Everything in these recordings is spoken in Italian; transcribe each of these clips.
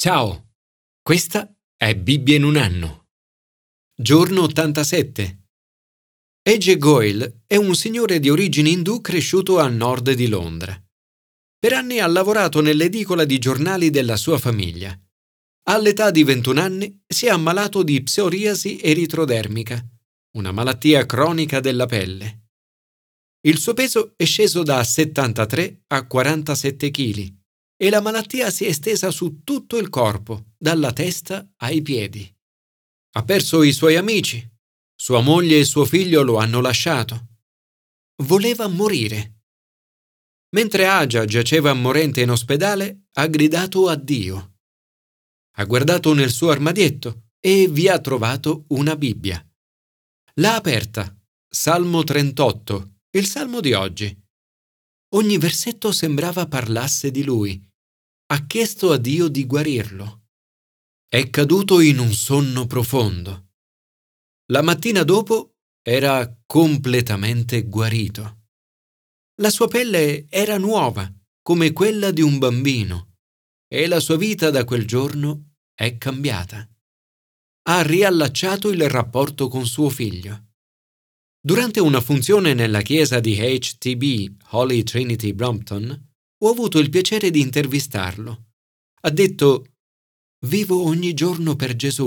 Ciao, questa è Bibbia in un anno. Giorno 87. A.J. Goyle è un signore di origini indù cresciuto a nord di Londra. Per anni ha lavorato nell'edicola di giornali della sua famiglia. All'età di 21 anni si è ammalato di psoriasi eritrodermica, una malattia cronica della pelle. Il suo peso è sceso da 73 a 47 kg. E la malattia si è estesa su tutto il corpo, dalla testa ai piedi. Ha perso i suoi amici, sua moglie e suo figlio lo hanno lasciato. Voleva morire. Mentre Aja giaceva morente in ospedale, ha gridato a Dio. Ha guardato nel suo armadietto e vi ha trovato una Bibbia. L'ha aperta, Salmo 38, il Salmo di oggi. Ogni versetto sembrava parlasse di lui. Ha chiesto a Dio di guarirlo. È caduto in un sonno profondo. La mattina dopo era completamente guarito. La sua pelle era nuova, come quella di un bambino, e la sua vita da quel giorno è cambiata. Ha riallacciato il rapporto con suo figlio. Durante una funzione nella chiesa di HTB, Holy Trinity Brompton, ho avuto il piacere di intervistarlo. Ha detto: «Vivo ogni giorno per Gesù.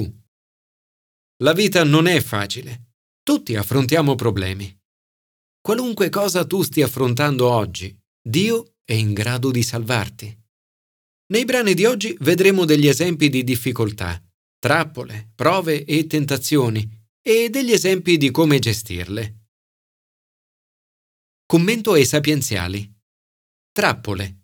La vita non è facile. Tutti affrontiamo problemi. Qualunque cosa tu stia affrontando oggi, Dio è in grado di salvarti». Nei brani di oggi vedremo degli esempi di difficoltà, trappole, prove e tentazioni e degli esempi di come gestirle. Commento ai sapienziali. Trappole.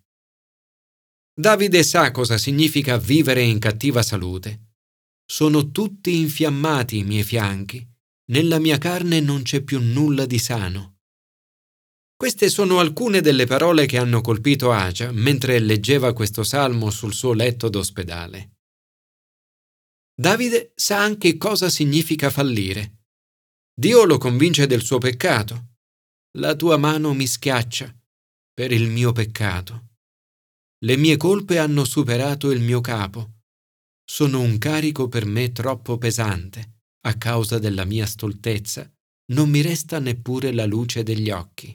Davide sa cosa significa vivere in cattiva salute. Sono tutti infiammati i miei fianchi. Nella mia carne non c'è più nulla di sano. Queste sono alcune delle parole che hanno colpito Aja mentre leggeva questo salmo sul suo letto d'ospedale. Davide sa anche cosa significa fallire. Dio lo convince del suo peccato. La tua mano mi schiaccia per il mio peccato. Le mie colpe hanno superato il mio capo. Sono un carico per me troppo pesante. A causa della mia stoltezza, non mi resta neppure la luce degli occhi.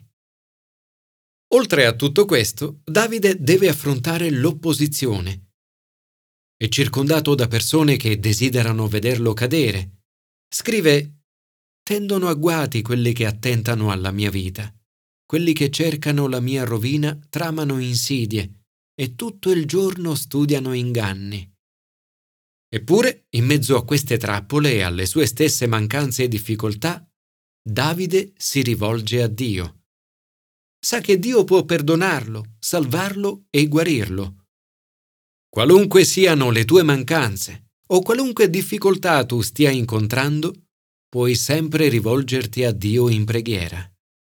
Oltre a tutto questo, Davide deve affrontare l'opposizione. È circondato da persone che desiderano vederlo cadere. Scrive: «Tendono agguati quelli che attentano alla mia vita. Quelli che cercano la mia rovina tramano insidie e tutto il giorno studiano inganni». Eppure, in mezzo a queste trappole e alle sue stesse mancanze e difficoltà, Davide si rivolge a Dio. Sa che Dio può perdonarlo, salvarlo e guarirlo. Qualunque siano le tue mancanze o qualunque difficoltà tu stia incontrando, puoi sempre rivolgerti a Dio in preghiera.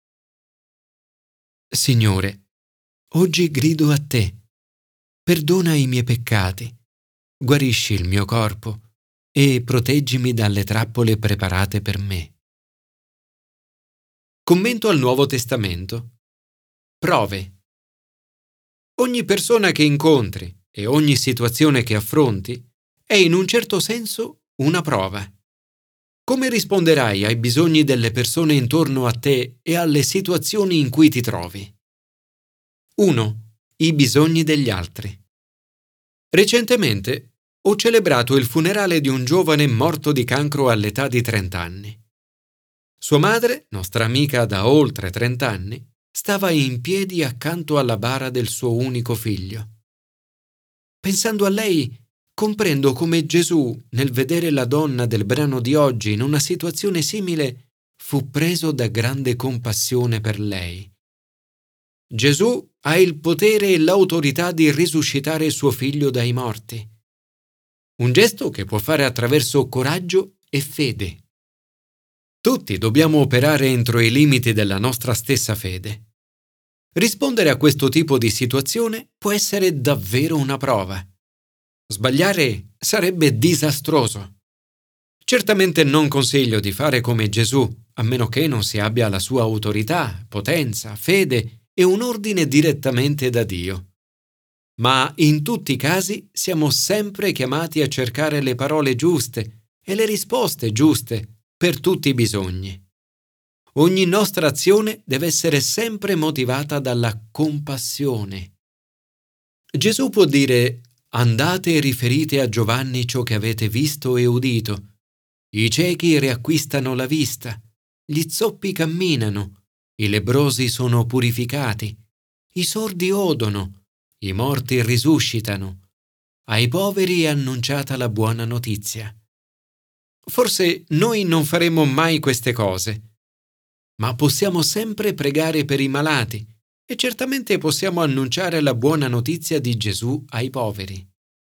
Signore, oggi grido a te. Perdona i miei peccati, guarisci il mio corpo e proteggimi dalle trappole preparate per me. Commento al Nuovo Testamento. Prove. Ogni persona che incontri e ogni situazione che affronti è in un certo senso una prova. Come risponderai ai bisogni delle persone intorno a te e alle situazioni in cui ti trovi? 1. I bisogni degli altri. Recentemente ho celebrato il funerale di un giovane morto di cancro all'età di 30 anni. Sua madre, nostra amica da oltre 30 anni, stava in piedi accanto alla bara del suo unico figlio. Pensando a lei, comprendo come Gesù, nel vedere la donna del brano di oggi in una situazione simile, fu preso da grande compassione per lei. Gesù ha il potere e l'autorità di risuscitare suo figlio dai morti. Un gesto che può fare attraverso coraggio e fede. Tutti dobbiamo operare entro i limiti della nostra stessa fede. Rispondere a questo tipo di situazione può essere davvero una prova. Sbagliare sarebbe disastroso. Certamente non consiglio di fare come Gesù, a meno che non si abbia la sua autorità, potenza, fede e un ordine direttamente da Dio. ma in tutti i casi siamo sempre chiamati a cercare le parole giuste e le risposte giuste per tutti i bisogni. Ogni nostra azione deve essere sempre motivata dalla compassione. Gesù può dire: andate e riferite a Giovanni ciò che avete visto e udito. I ciechi riacquistano la vista, gli zoppi camminano, i lebbrosi sono purificati, i sordi odono, i morti risuscitano, ai poveri è annunciata la buona notizia. Forse noi non faremo mai queste cose, ma possiamo sempre pregare per i malati e certamente possiamo annunciare la buona notizia di Gesù ai poveri.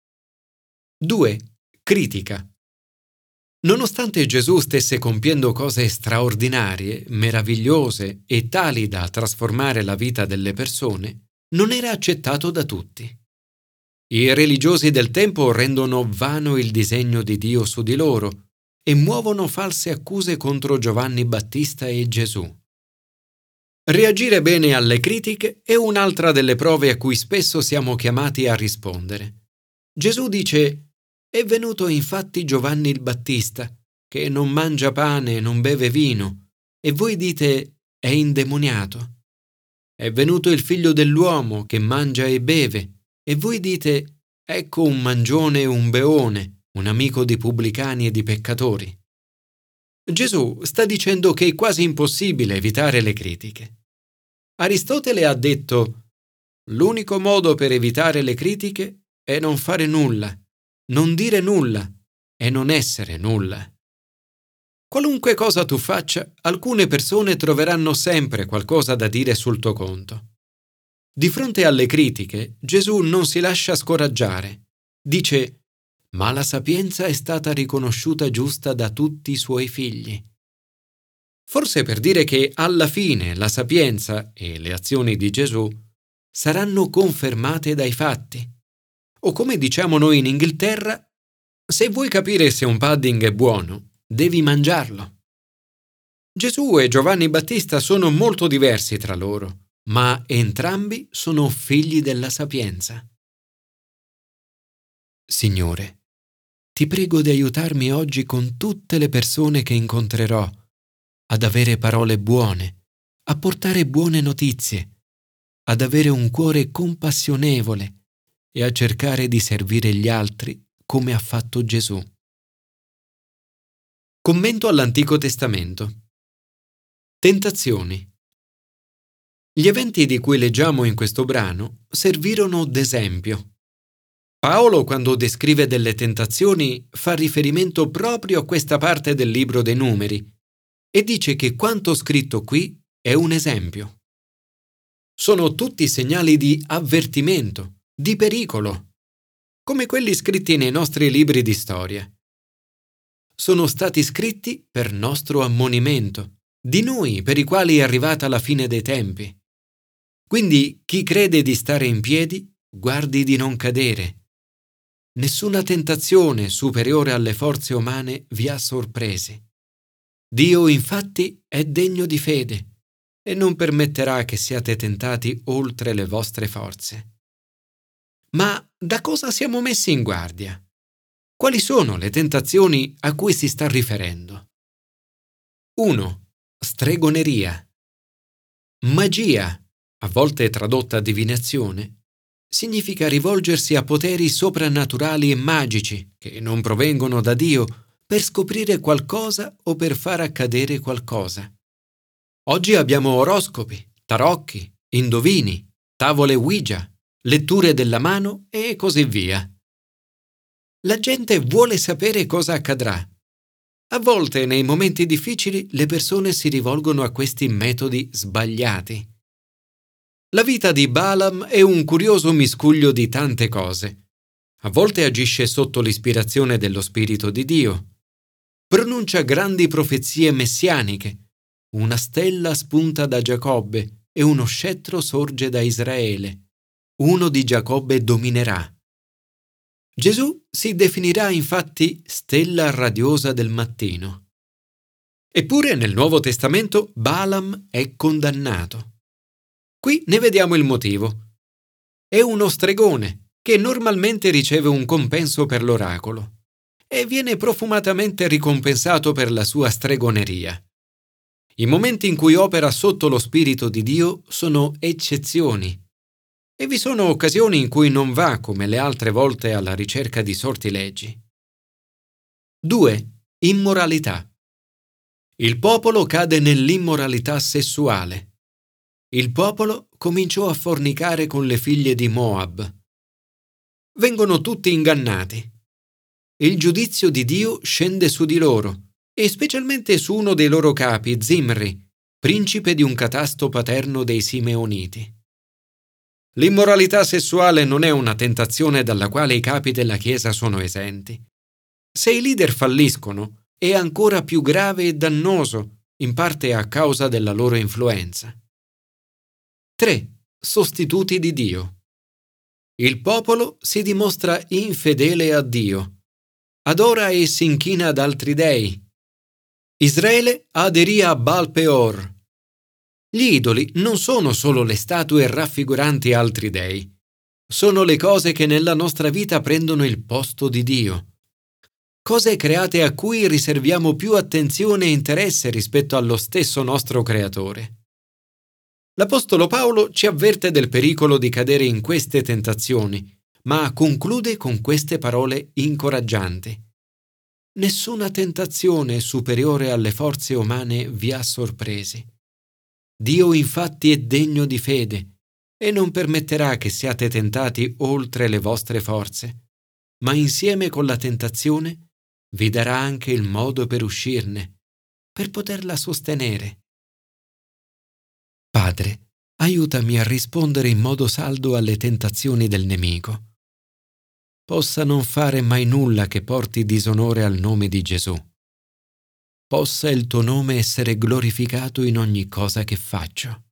2. Critica. Nonostante Gesù stesse compiendo cose straordinarie, meravigliose e tali da trasformare la vita delle persone, non era accettato da tutti. I religiosi del tempo rendono vano il disegno di Dio su di loro e muovono false accuse contro Giovanni Battista e Gesù. Reagire bene alle critiche è un'altra delle prove a cui spesso siamo chiamati a rispondere. Gesù dice: è venuto infatti Giovanni il Battista, che non mangia pane e non beve vino, e voi dite: è indemoniato. È venuto il figlio dell'uomo, che mangia e beve, e voi dite: ecco un mangione e un beone, un amico di pubblicani e di peccatori. Gesù sta dicendo che è quasi impossibile evitare le critiche. Aristotele ha detto: l'unico modo per evitare le critiche è non fare nulla, non dire nulla e non essere nulla. Qualunque cosa tu faccia, alcune persone troveranno sempre qualcosa da dire sul tuo conto. Di fronte alle critiche, Gesù non si lascia scoraggiare. Dice: ma la sapienza è stata riconosciuta giusta da tutti i suoi figli. Forse per dire che alla fine la sapienza e le azioni di Gesù saranno confermate dai fatti. O come diciamo noi in Inghilterra, se vuoi capire se un pudding è buono, devi mangiarlo. Gesù e Giovanni Battista sono molto diversi tra loro, ma entrambi sono figli della sapienza. Signore, ti prego di aiutarmi oggi con tutte le persone che incontrerò ad avere parole buone, a portare buone notizie, ad avere un cuore compassionevole e a cercare di servire gli altri come ha fatto Gesù. Commento all'Antico Testamento. Tentazioni. Gli eventi di cui leggiamo in questo brano servirono d'esempio. Paolo, quando descrive delle tentazioni, fa riferimento proprio a questa parte del libro dei Numeri e dice che quanto scritto qui è un esempio. Sono tutti segnali di avvertimento, di pericolo, come quelli scritti nei nostri libri di storia. Sono stati scritti per nostro ammonimento, di noi per i quali è arrivata la fine dei tempi. Quindi chi crede di stare in piedi, guardi di non cadere. Nessuna tentazione superiore alle forze umane vi ha sorpresi. Dio infatti è degno di fede e non permetterà che siate tentati oltre le vostre forze. Ma da cosa siamo messi in guardia? Quali sono le tentazioni a cui si sta riferendo? 1. Stregoneria. Magia, a volte tradotta divinazione, significa rivolgersi a poteri soprannaturali e magici che non provengono da Dio per scoprire qualcosa o per far accadere qualcosa. Oggi abbiamo oroscopi, tarocchi, indovini, tavole Ouija, letture della mano e così via. La gente vuole sapere cosa accadrà. A volte, nei momenti difficili, le persone si rivolgono a questi metodi sbagliati. La vita di Balaam è un curioso miscuglio di tante cose. A volte agisce sotto l'ispirazione dello Spirito di Dio. Pronuncia grandi profezie messianiche. Una stella spunta da Giacobbe e uno scettro sorge da Israele. Uno di Giacobbe dominerà. Gesù si definirà infatti stella radiosa del mattino. Eppure nel Nuovo Testamento Balaam è condannato. Qui ne vediamo il motivo. È uno stregone che normalmente riceve un compenso per l'oracolo e viene profumatamente ricompensato per la sua stregoneria. I momenti in cui opera sotto lo Spirito di Dio sono eccezioni e vi sono occasioni in cui non va come le altre volte alla ricerca di sortilegi. 2. Immoralità. Il popolo cade nell'immoralità sessuale. Il popolo cominciò a fornicare con le figlie di Moab. Vengono tutti ingannati. Il giudizio di Dio scende su di loro, e specialmente su uno dei loro capi, Zimri, principe di un catasto paterno dei Simeoniti. L'immoralità sessuale non è una tentazione dalla quale i capi della Chiesa sono esenti. Se i leader falliscono, è ancora più grave e dannoso, in parte a causa della loro influenza. 3. Sostituti di Dio. Il popolo si dimostra infedele a Dio. Adora e si inchina ad altri dei. Israele aderì a Baal Peor. Gli idoli non sono solo le statue raffiguranti altri dei. Sono le cose che nella nostra vita prendono il posto di Dio. Cose create a cui riserviamo più attenzione e interesse rispetto allo stesso nostro Creatore. L'Apostolo Paolo ci avverte del pericolo di cadere in queste tentazioni, ma conclude con queste parole incoraggianti. Nessuna tentazione superiore alle forze umane vi ha sorpresi. Dio infatti è degno di fede e non permetterà che siate tentati oltre le vostre forze, ma insieme con la tentazione vi darà anche il modo per uscirne, per poterla sostenere. Padre, aiutami a rispondere in modo saldo alle tentazioni del nemico. Possa non fare mai nulla che porti disonore al nome di Gesù. Possa il tuo nome essere glorificato in ogni cosa che faccio.